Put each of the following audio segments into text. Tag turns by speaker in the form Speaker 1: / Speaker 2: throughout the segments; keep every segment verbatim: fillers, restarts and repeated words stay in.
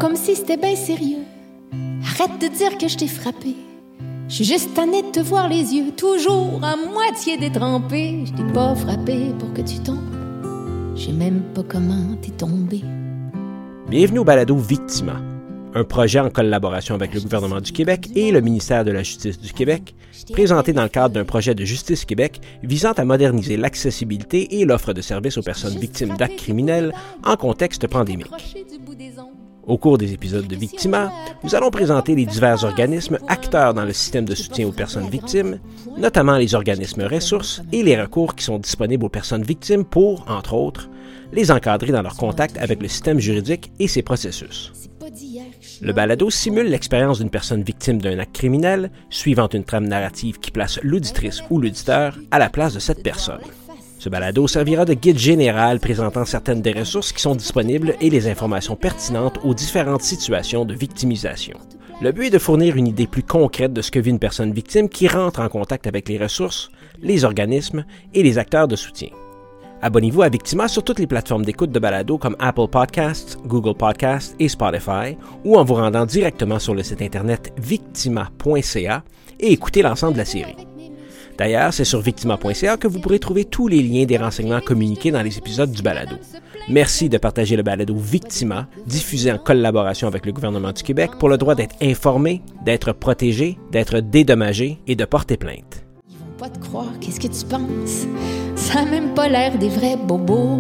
Speaker 1: comme si c'était bien sérieux. Arrête de dire que je t'ai frappé. Je suis juste tannée de te voir les yeux toujours à moitié détrempés. Je t'ai pas frappé pour que tu tombes. Je sais même pas comment t'es tombé.
Speaker 2: Bienvenue au balado Victima, un projet en collaboration avec le gouvernement du Québec et le ministère de la Justice du Québec, présenté dans le cadre d'un projet de Justice Québec visant à moderniser l'accessibilité et l'offre de services aux personnes victimes d'actes criminels en contexte pandémique. Au cours des épisodes de Victima, nous allons présenter les divers organismes acteurs dans le système de soutien aux personnes victimes, notamment les organismes ressources et les recours qui sont disponibles aux personnes victimes pour, entre autres, les encadrer dans leur contact avec le système juridique et ses processus. Le balado simule l'expérience d'une personne victime d'un acte criminel, suivant une trame narrative qui place l'auditrice ou l'auditeur à la place de cette personne. Ce balado servira de guide général présentant certaines des ressources qui sont disponibles et les informations pertinentes aux différentes situations de victimisation. Le but est de fournir une idée plus concrète de ce que vit une personne victime qui rentre en contact avec les ressources, les organismes et les acteurs de soutien. Abonnez-vous à Victima sur toutes les plateformes d'écoute de balado comme Apple Podcasts, Google Podcasts et Spotify ou en vous rendant directement sur le site internet victima point c a et écoutez l'ensemble de la série. D'ailleurs, c'est sur victima point c a que vous pourrez trouver tous les liens des renseignements communiqués dans les épisodes du balado. Merci de partager le balado Victima, diffusé en collaboration avec le gouvernement du Québec pour le droit d'être informé, d'être protégé, d'être dédommagé et de porter plainte.
Speaker 1: Ils vont pas te croire, qu'est-ce que tu penses? Ça a même pas l'air des vrais bobos.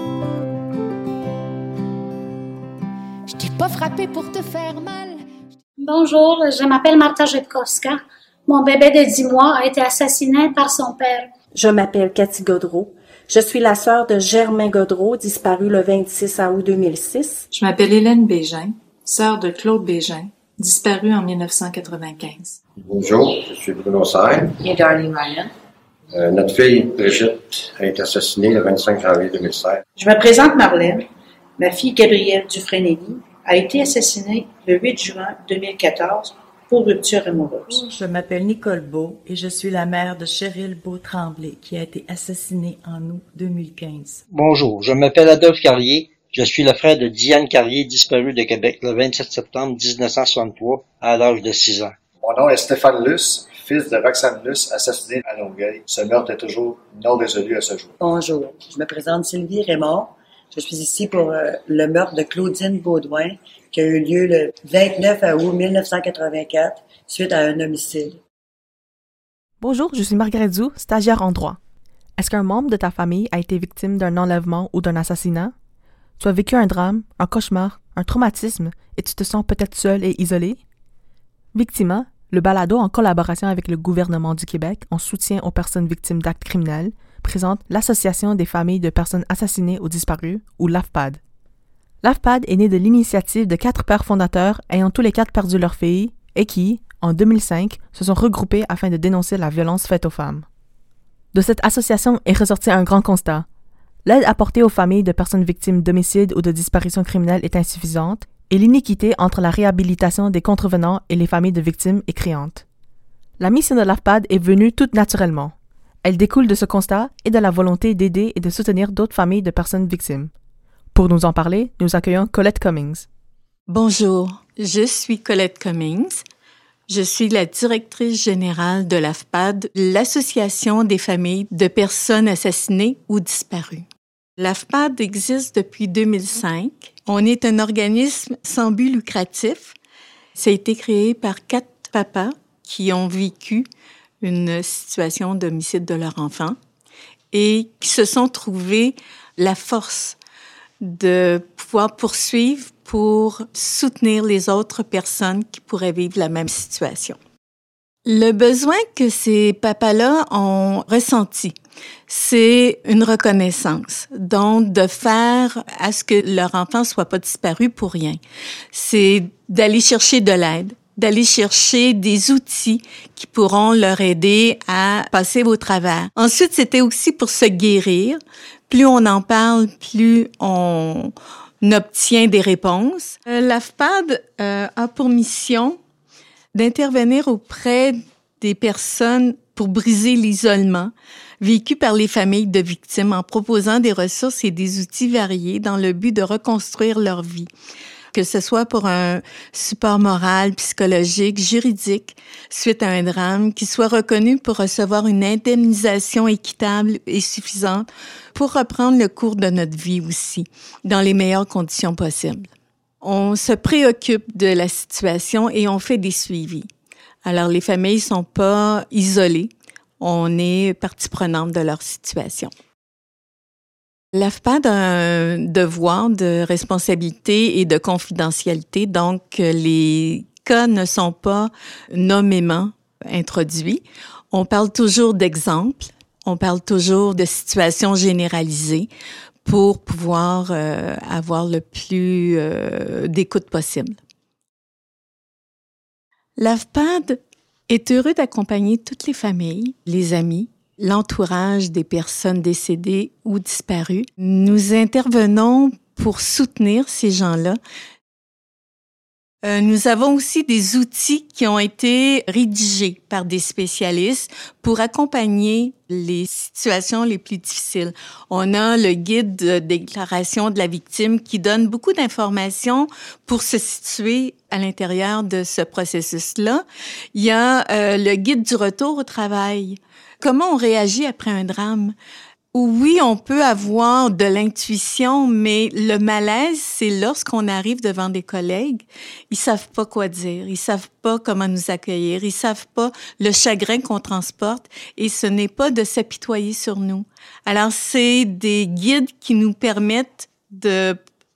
Speaker 1: Je t'ai pas frappé pour te faire mal.
Speaker 3: Bonjour, je m'appelle Marta Jetkowska. Mon bébé de dix mois a été assassiné par son père.
Speaker 4: Je m'appelle Cathy Godreau. Je suis la sœur de Germain Godreau, disparu le vingt-six août deux mille six.
Speaker 5: Je m'appelle Hélène Bégin, sœur de Claude Bégin, disparu en dix-neuf cent quatre-vingt-quinze.
Speaker 6: Bonjour, je suis Bruno Sagne.
Speaker 7: Et Darlene Ryan.
Speaker 6: Euh, notre fille Brigitte a été assassinée le vingt-cinq janvier deux mille seize.
Speaker 8: Je me présente Marlène. Ma fille Gabrielle Dufresne-Lévy a été assassinée le huit juin deux mille quatorze pour rupture amoureuse.
Speaker 9: Je m'appelle Nicole Beau et je suis la mère de Cheryl Beau-Tremblay qui a été assassinée en août deux mille quinze.
Speaker 10: Bonjour, je m'appelle Adolphe Carrier. Je suis le frère de Diane Carrier, disparue de Québec le vingt-sept septembre dix-neuf cent soixante-trois à l'âge de six ans.
Speaker 11: Mon nom est Stéphane Luce, fils de Roxane Luce, assassiné à Longueuil. Ce meurtre est toujours non résolu à ce jour.
Speaker 12: Bonjour, je me présente Sylvie Raymond. Je suis ici pour euh, le meurtre de Claudine Baudouin qui a eu lieu le vingt-neuf août dix-neuf cent quatre-vingt-quatre suite à un homicide.
Speaker 13: Bonjour, je suis Margaret Zou, stagiaire en droit. Est-ce qu'un membre de ta famille a été victime d'un enlèvement ou d'un assassinat? Tu as vécu un drame, un cauchemar, un traumatisme et tu te sens peut-être seul et isolé? Victima, le balado en collaboration avec le gouvernement du Québec en soutien aux personnes victimes d'actes criminels, présente l'Association des familles de personnes assassinées ou disparues, ou l'A F P A D. L'A F P A D est né de l'initiative de quatre pères fondateurs ayant tous les quatre perdu leur fille et qui, en deux mille cinq, se sont regroupés afin de dénoncer la violence faite aux femmes. De cette association est ressorti un grand constat. L'aide apportée aux familles de personnes victimes d'homicides ou de disparitions criminelles est insuffisante et l'iniquité entre la réhabilitation des contrevenants et les familles de victimes est criante. La mission de l'A F P A D est venue toute naturellement. Elle découle de ce constat et de la volonté d'aider et de soutenir d'autres familles de personnes victimes. Pour nous en parler, nous accueillons Colette Cummings.
Speaker 14: Bonjour, je suis Colette Cummings. Je suis la directrice générale de l'A F P A D, l'Association des familles de personnes assassinées ou disparues. L'A F P A D existe depuis deux mille cinq. On est un organisme sans but lucratif. Ça a été créé par quatre papas qui ont vécu une situation d'homicide de leur enfant et qui se sont trouvés la force de pouvoir poursuivre pour soutenir les autres personnes qui pourraient vivre la même situation. Le besoin que ces papas-là ont ressenti, c'est une reconnaissance, donc de faire à ce que leur enfant soit pas disparu pour rien. C'est d'aller chercher de l'aide, d'aller chercher des outils qui pourront leur aider à passer au travers. Ensuite, c'était aussi pour se guérir. Plus on en parle, plus on obtient des réponses. Euh, L'A F P A D euh, a pour mission d'intervenir auprès des personnes pour briser l'isolement vécu par les familles de victimes en proposant des ressources et des outils variés dans le but de reconstruire leur vie. que ce soit pour un support moral, psychologique, juridique, suite à un drame, qu'ils soient reconnus pour recevoir une indemnisation équitable et suffisante pour reprendre le cours de notre vie aussi, dans les meilleures conditions possibles. On se préoccupe de la situation et on fait des suivis. Alors, les familles sont pas isolées. On est partie prenante de leur situation. L'A F P A D a un devoir de responsabilité et de confidentialité, donc les cas ne sont pas nommément introduits. On parle toujours d'exemples, on parle toujours de situations généralisées pour pouvoir euh, avoir le plus euh, d'écoute possible. L'A F P A D est heureux d'accompagner toutes les familles, les amis, l'entourage des personnes décédées ou disparues. Nous intervenons pour soutenir ces gens-là. Euh, nous avons aussi des outils qui ont été rédigés par des spécialistes pour accompagner les situations les plus difficiles. On a le guide de déclaration de la victime qui donne beaucoup d'informations pour se situer à l'intérieur de ce processus-là. Il y a euh, le guide du retour au travail. Comment on réagit après un drame? Oui, on peut avoir de l'intuition, mais le malaise, c'est lorsqu'on arrive devant des collègues, ils savent pas quoi dire, ils savent pas comment nous accueillir, ils savent pas le chagrin qu'on transporte et ce n'est pas de s'apitoyer sur nous. Alors, c'est des guides qui nous permettent de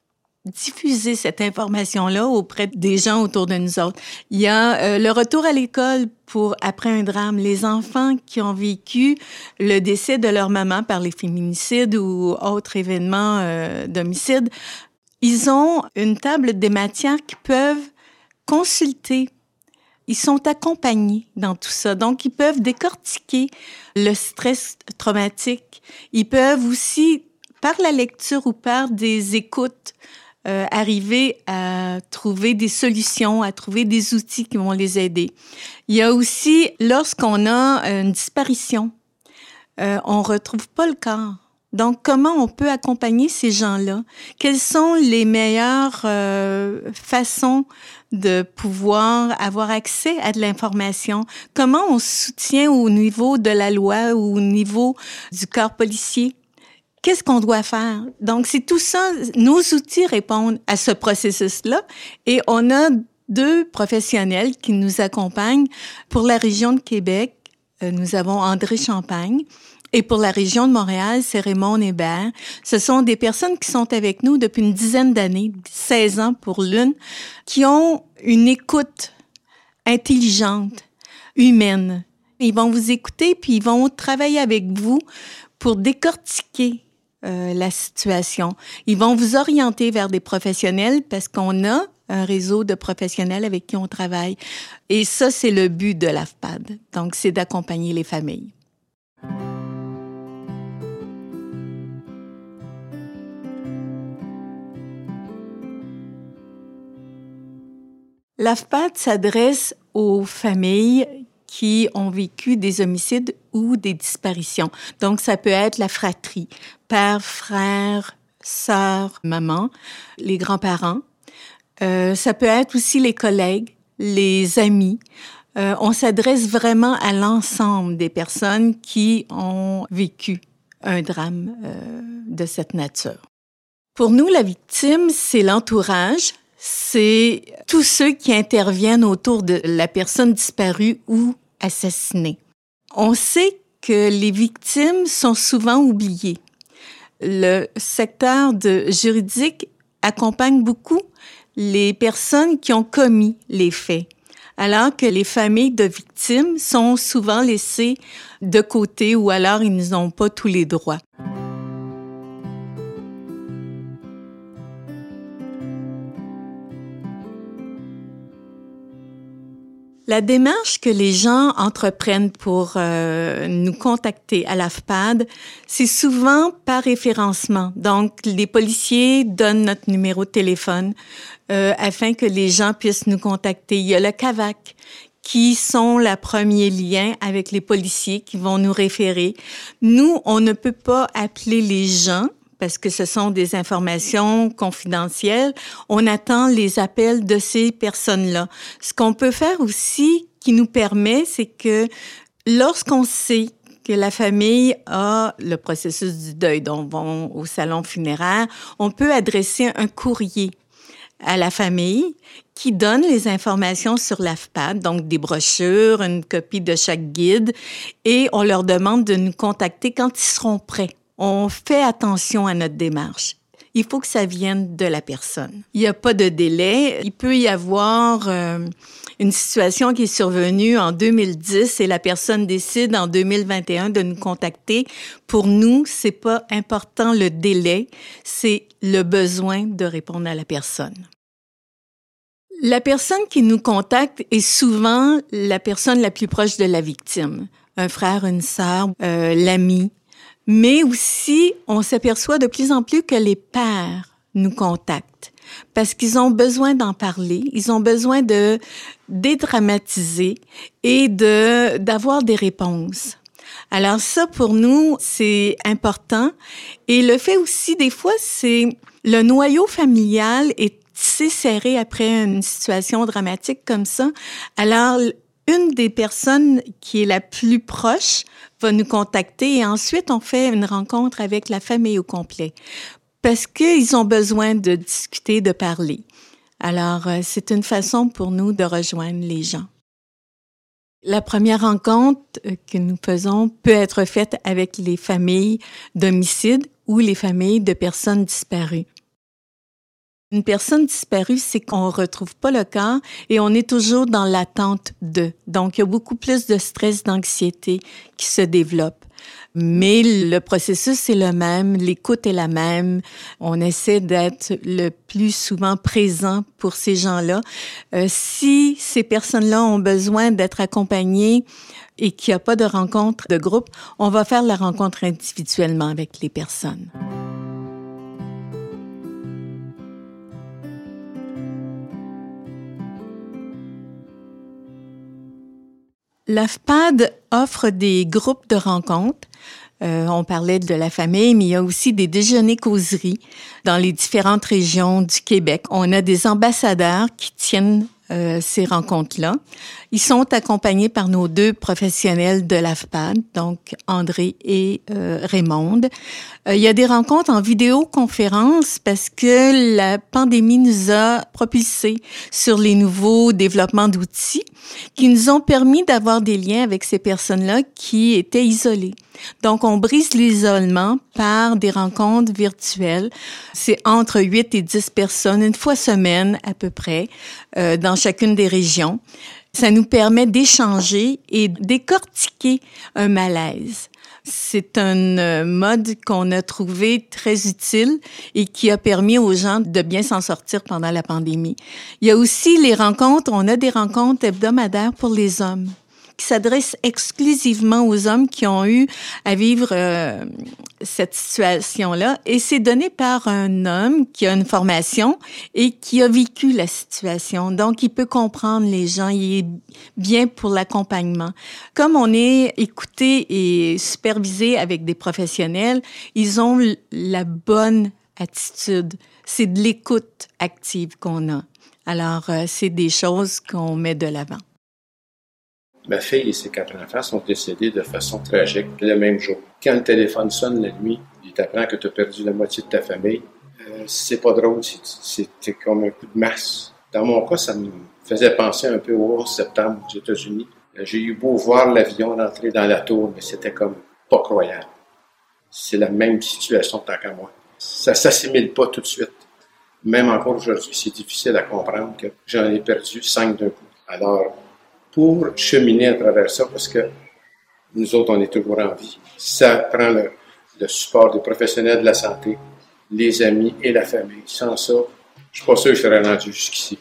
Speaker 14: diffuser cette information-là auprès des gens autour de nous autres. Il y a euh, le retour à l'école pour après un drame. Les enfants qui ont vécu le décès de leur maman par les féminicides ou autres événements euh, d'homicide, ils ont une table des matières qu'ils peuvent consulter. Ils sont accompagnés dans tout ça. Donc, ils peuvent décortiquer le stress traumatique. Ils peuvent aussi, par la lecture ou par des écoutes, Euh, arriver à trouver des solutions, à trouver des outils qui vont les aider. Il y a aussi, lorsqu'on a une disparition, euh, on retrouve pas le corps. Donc, comment on peut accompagner ces gens-là? Quelles sont les meilleures euh, façons de pouvoir avoir accès à de l'information? Comment on soutient au niveau de la loi ou au niveau du corps policier? Qu'est-ce qu'on doit faire? Donc, c'est tout ça. Nos outils répondent à ce processus-là et on a deux professionnels qui nous accompagnent. Pour la région de Québec, nous avons André Champagne et pour la région de Montréal, c'est Raymond Hébert. Ce sont des personnes qui sont avec nous depuis une dizaine d'années, seize ans pour l'une, qui ont une écoute intelligente, humaine. Ils vont vous écouter puis ils vont travailler avec vous pour décortiquer Euh, la situation. Ils vont vous orienter vers des professionnels parce qu'on a un réseau de professionnels avec qui on travaille. Et ça, c'est le but de l'A F P A D. Donc, c'est d'accompagner les familles. L'A F P A D s'adresse aux familles qui ont vécu des homicides ou des disparitions. Donc, ça peut être la fratrie, père, frère, sœur, maman, les grands-parents. Euh, ça peut être aussi les collègues, les amis. Euh, on s'adresse vraiment à l'ensemble des personnes qui ont vécu un drame euh, de cette nature. Pour nous, la victime, c'est l'entourage, c'est tous ceux qui interviennent autour de la personne disparue ou assassinée. On sait que les victimes sont souvent oubliées. Le secteur de juridique accompagne beaucoup les personnes qui ont commis les faits, alors que les familles de victimes sont souvent laissées de côté ou alors ils n'ont pas tous les droits. La démarche que les gens entreprennent pour euh, nous contacter à l'A F P A D, c'est souvent par référencement. Donc, les policiers donnent notre numéro de téléphone euh, afin que les gens puissent nous contacter. Il y a le C A V A C qui sont le premier lien avec les policiers qui vont nous référer. Nous, on ne peut pas appeler les gens parce que ce sont des informations confidentielles. On attend les appels de ces personnes-là. Ce qu'on peut faire aussi, qui nous permet, c'est que lorsqu'on sait que la famille a le processus du deuil, donc vont au salon funéraire, on peut adresser un courrier à la famille qui donne les informations sur l'A F P A D, donc des brochures, une copie de chaque guide, et on leur demande de nous contacter quand ils seront prêts. On fait attention à notre démarche. Il faut que ça vienne de la personne. Il n'y a pas de délai. Il peut y avoir euh, une situation qui est survenue en deux mille dix et la personne décide en deux mille vingt et un de nous contacter. Pour nous, c'est pas important le délai, c'est le besoin de répondre à la personne. La personne qui nous contacte est souvent la personne la plus proche de la victime. Un frère, une sœur, euh, l'ami. Mais aussi, on s'aperçoit de plus en plus que les pères nous contactent parce qu'ils ont besoin d'en parler, ils ont besoin de dédramatiser et de d'avoir des réponses. Alors ça, pour nous, c'est important. Et le fait aussi, des fois, c'est le noyau familial est tissé serré après une situation dramatique comme ça. Alors, une des personnes qui est la plus proche va nous contacter et ensuite on fait une rencontre avec la famille au complet parce qu'ils ont besoin de discuter, de parler. Alors, c'est une façon pour nous de rejoindre les gens. La première rencontre que nous faisons peut être faite avec les familles d'homicides ou les familles de personnes disparues. Une personne disparue, c'est qu'on retrouve pas le corps et on est toujours dans l'attente de. Donc, il y a beaucoup plus de stress, d'anxiété qui se développe. Mais le processus est le même, l'écoute est la même. On essaie d'être le plus souvent présent pour ces gens-là. Euh, si ces personnes-là ont besoin d'être accompagnées et qu'il n'y a pas de rencontre de groupe, on va faire la rencontre individuellement avec les personnes. L'A F P A D offre des groupes de rencontres. Euh, on parlait de la famille, mais il y a aussi des déjeuners-causeries dans les différentes régions du Québec. On a des ambassadeurs qui tiennent euh, ces rencontres-là. Ils sont accompagnés par nos deux professionnels de l'A F P A D, donc André et euh, Raymonde. Euh, il y a des rencontres en vidéoconférence parce que la pandémie nous a propulsés sur les nouveaux développements d'outils qui nous ont permis d'avoir des liens avec ces personnes-là qui étaient isolées. Donc, on brise l'isolement par des rencontres virtuelles. C'est entre huit et dix personnes, une fois semaine à peu près, euh, dans chacune des régions. Ça nous permet d'échanger et décortiquer un malaise. C'est un mode qu'on a trouvé très utile et qui a permis aux gens de bien s'en sortir pendant la pandémie. Il y a aussi les rencontres, on a des rencontres hebdomadaires pour les hommes qui s'adressent exclusivement aux hommes qui ont eu à vivre euh, cette situation-là. Et c'est donné par un homme qui a une formation et qui a vécu la situation. Donc, il peut comprendre les gens, il est bien pour l'accompagnement. Comme on est écouté et supervisé avec des professionnels, ils ont la bonne attitude. C'est de l'écoute active qu'on a. Alors, euh, c'est des choses qu'on met de l'avant.
Speaker 6: Ma fille et ses quatre enfants sont décédés de façon tragique le même jour. Quand le téléphone sonne la nuit, il t'apprend que tu as perdu la moitié de ta famille. Euh, c'est pas drôle, c'était comme un coup de masse. Dans mon cas, ça me faisait penser un peu au onze septembre aux États-Unis. J'ai eu beau voir l'avion rentrer dans la tour, mais c'était comme pas croyable. C'est la même situation tant qu'à moi. Ça s'assimile pas tout de suite. Même encore aujourd'hui, c'est difficile à comprendre que j'en ai perdu cinq d'un coup. Alors, pour cheminer à travers ça, parce que nous autres, on est toujours en vie. Ça prend le, le support des professionnels de la santé, les amis et la famille. Sans ça, je suis pas sûr que je serais rendu jusqu'ici.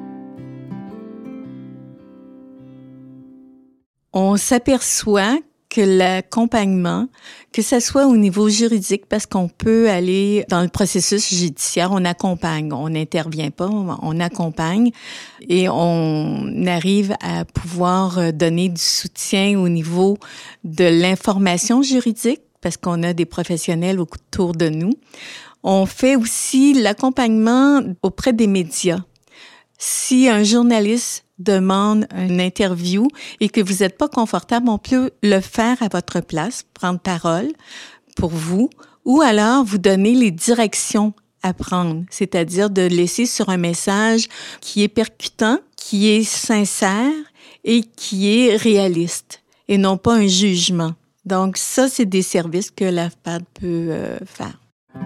Speaker 14: On s'aperçoit que l'accompagnement, que ce soit au niveau juridique, parce qu'on peut aller dans le processus judiciaire, on accompagne, on n'intervient pas, on accompagne et on arrive à pouvoir donner du soutien au niveau de l'information juridique, parce qu'on a des professionnels autour de nous. On fait aussi l'accompagnement auprès des médias. Si un journaliste demande une interview et que vous n'êtes pas confortable, on peut le faire à votre place, prendre parole pour vous, ou alors vous donner les directions à prendre, c'est-à-dire de laisser sur un message qui est percutant, qui est sincère et qui est réaliste, et non pas un jugement. Donc ça, c'est des services que l'A F P A D peut euh, faire.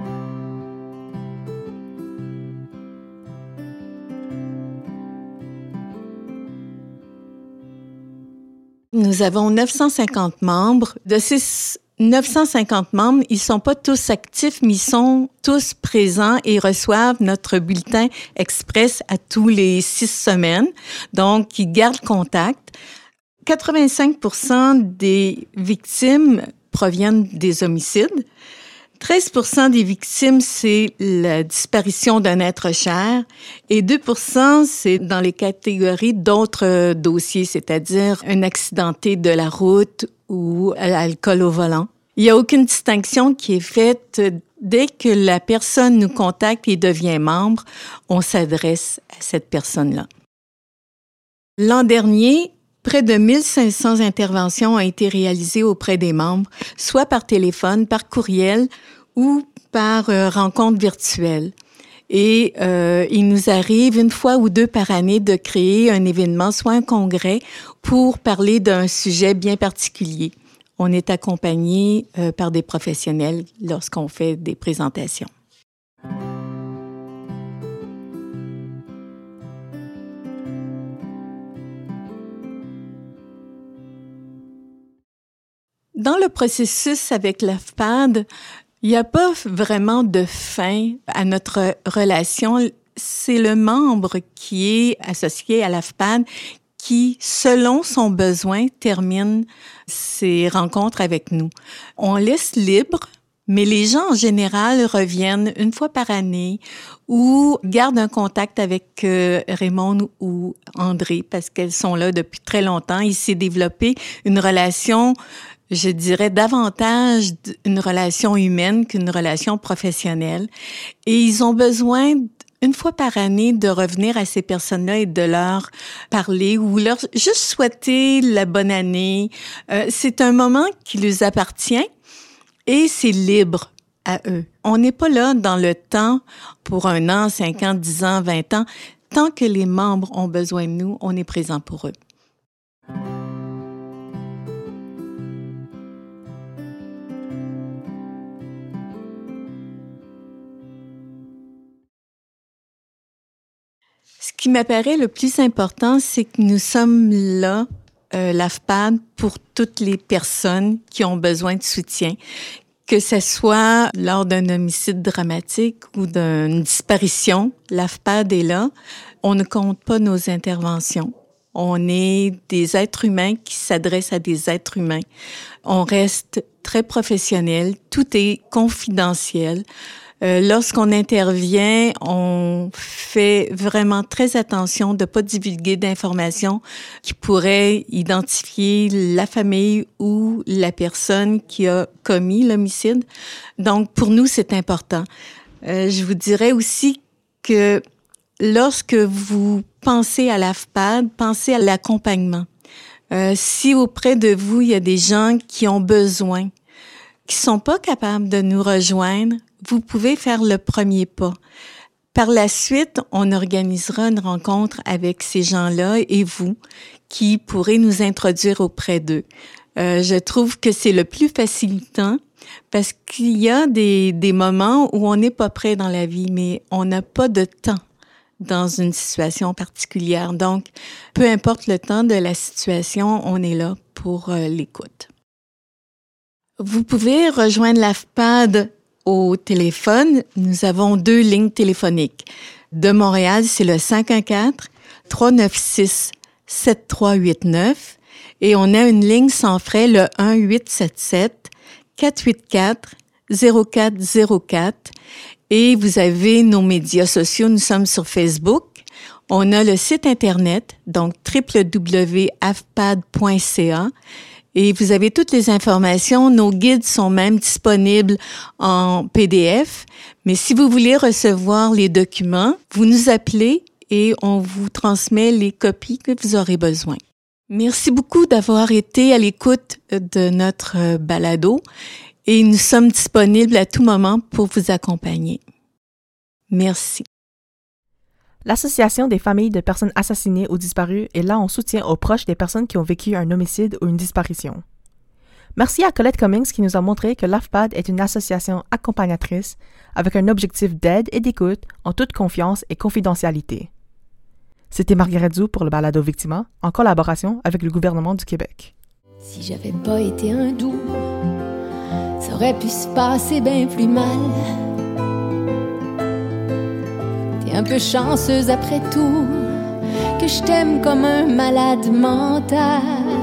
Speaker 14: Nous avons neuf cent cinquante membres. De ces neuf cent cinquante membres, ils sont pas tous actifs, mais ils sont tous présents et reçoivent notre bulletin express à tous les six semaines. Donc, ils gardent contact. quatre-vingt-cinq pour cent des victimes proviennent des homicides. treize pour cent des victimes, c'est la disparition d'un être cher et deux pour cent, c'est dans les catégories d'autres dossiers, c'est-à-dire un accidenté de la route ou alcool au volant. Il n'y a aucune distinction qui est faite. Dès que la personne nous contacte et devient membre, on s'adresse à cette personne-là. L'an dernier, près de mille cinq cents interventions ont été réalisées auprès des membres, soit par téléphone, par courriel ou par euh, rencontre virtuelle. Et euh, il nous arrive une fois ou deux par année de créer un événement, soit un congrès, pour parler d'un sujet bien particulier. On est accompagné euh, par des professionnels lorsqu'on fait des présentations. Dans le processus avec l'A F P A D, il n'y a pas vraiment de fin à notre relation. C'est le membre qui est associé à l'A F P A D qui, selon son besoin, termine ses rencontres avec nous. On laisse libre, mais les gens en général reviennent une fois par année ou gardent un contact avec euh, Raymond ou André parce qu'elles sont là depuis très longtemps. Il s'est développé une relation, je dirais, davantage une relation humaine qu'une relation professionnelle. Et ils ont besoin, une fois par année, de revenir à ces personnes-là et de leur parler ou leur juste souhaiter la bonne année. Euh, c'est un moment qui leur appartient et c'est libre à eux. On n'est pas là dans le temps pour un an, cinq ans, dix ans, vingt ans. Tant que les membres ont besoin de nous, on est présent pour eux. Ce qui m'apparaît le plus important, c'est que nous sommes là, euh, l'A F P A D, pour toutes les personnes qui ont besoin de soutien, que ce soit lors d'un homicide dramatique ou d'une disparition. L'A F P A D est là. On ne compte pas nos interventions. On est des êtres humains qui s'adressent à des êtres humains. On reste très professionnel. Tout est confidentiel. Euh, lorsqu'on intervient, on fait vraiment très attention de ne pas divulguer d'informations qui pourraient identifier la famille ou la personne qui a commis l'homicide. Donc, pour nous, c'est important. Euh, je vous dirais aussi que lorsque vous pensez à l'A F P A D, pensez à l'accompagnement. Euh, si auprès de vous, il y a des gens qui ont besoin, qui sont pas capables de nous rejoindre, vous pouvez faire le premier pas. Par la suite, on organisera une rencontre avec ces gens-là et vous, qui pourrez nous introduire auprès d'eux. Euh, je trouve que c'est le plus facilitant parce qu'il y a des, des moments où on n'est pas prêt dans la vie, mais on n'a pas de temps dans une situation particulière. Donc, peu importe le temps de la situation, on est là pour euh, l'écoute. Vous pouvez rejoindre l'A F P A D au téléphone. Nous avons deux lignes téléphoniques. De Montréal, c'est le cinq un quatre, trois neuf six, sept trois huit neuf et on a une ligne sans frais, le un huit sept sept quatre huit quatre zéro quatre zéro quatre. Et vous avez nos médias sociaux, nous sommes sur Facebook. On a le site Internet, donc w w w point a f p a d point c a. Et vous avez toutes les informations. Nos guides sont même disponibles en P D F. Mais si vous voulez recevoir les documents, vous nous appelez et on vous transmet les copies que vous aurez besoin. Merci beaucoup d'avoir été à l'écoute de notre balado et nous sommes disponibles à tout moment pour vous accompagner. Merci.
Speaker 13: L'Association des familles de personnes assassinées ou disparues est là en soutien aux proches des personnes qui ont vécu un homicide ou une disparition. Merci à Colette Cummings qui nous a montré que l'A F P A D est une association accompagnatrice avec un objectif d'aide et d'écoute en toute confiance et confidentialité. C'était Margaret Zou pour le balado Victima, en collaboration avec le gouvernement du Québec.
Speaker 1: Si j'avais pas été un doux, ça aurait pu se passer bien plus mal. T'es un peu chanceuse après tout, que je t'aime comme un malade mental.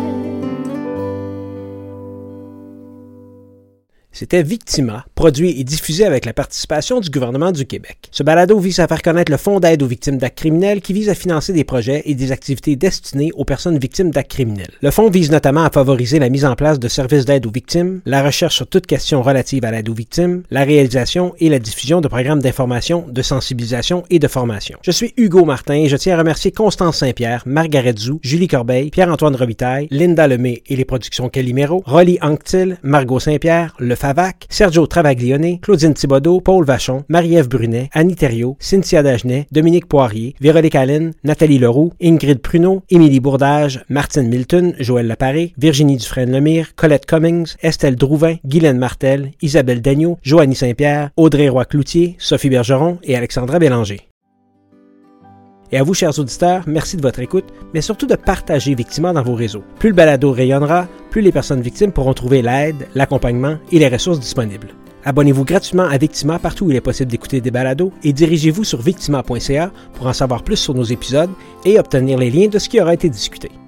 Speaker 2: C'était Victima, produit et diffusé avec la participation du gouvernement du Québec. Ce balado vise à faire connaître le Fonds d'aide aux victimes d'actes criminels qui vise à financer des projets et des activités destinées aux personnes victimes d'actes criminels. Le fonds vise notamment à favoriser la mise en place de services d'aide aux victimes, la recherche sur toute question relative à l'aide aux victimes, la réalisation et la diffusion de programmes d'information, de sensibilisation et de formation. Je suis Hugo Martin et je tiens à remercier Constance Saint-Pierre, Margaret Zou, Julie Corbeil, Pierre-Antoine Robitaille, Linda Lemay et les productions Calimero, Rolly Anctil, Margot Saint-Pierre, Le Favac, Sergio Travaglione, Claudine Thibodeau, Paul Vachon, Marie-Ève Brunet, Annie Thériault, Cynthia Dagenet, Dominique Poirier, Véronique Allen, Nathalie Leroux, Ingrid Pruneau, Émilie Bourdage, Martine Milton, Joël Laparé, Virginie Dufresne-Lemire, Colette Cummings, Estelle Drouvin, Guylaine Martel, Isabelle Dagneau, Joanie Saint-Pierre, Audrey Roy-Cloutier, Sophie Bergeron et Alexandra Bélanger. Et à vous, chers auditeurs, merci de votre écoute, mais surtout de partager Victima dans vos réseaux. Plus le balado rayonnera, plus les personnes victimes pourront trouver l'aide, l'accompagnement et les ressources disponibles. Abonnez-vous gratuitement à Victima partout où il est possible d'écouter des balados et dirigez-vous sur victima point c a pour en savoir plus sur nos épisodes et obtenir les liens de ce qui aura été discuté.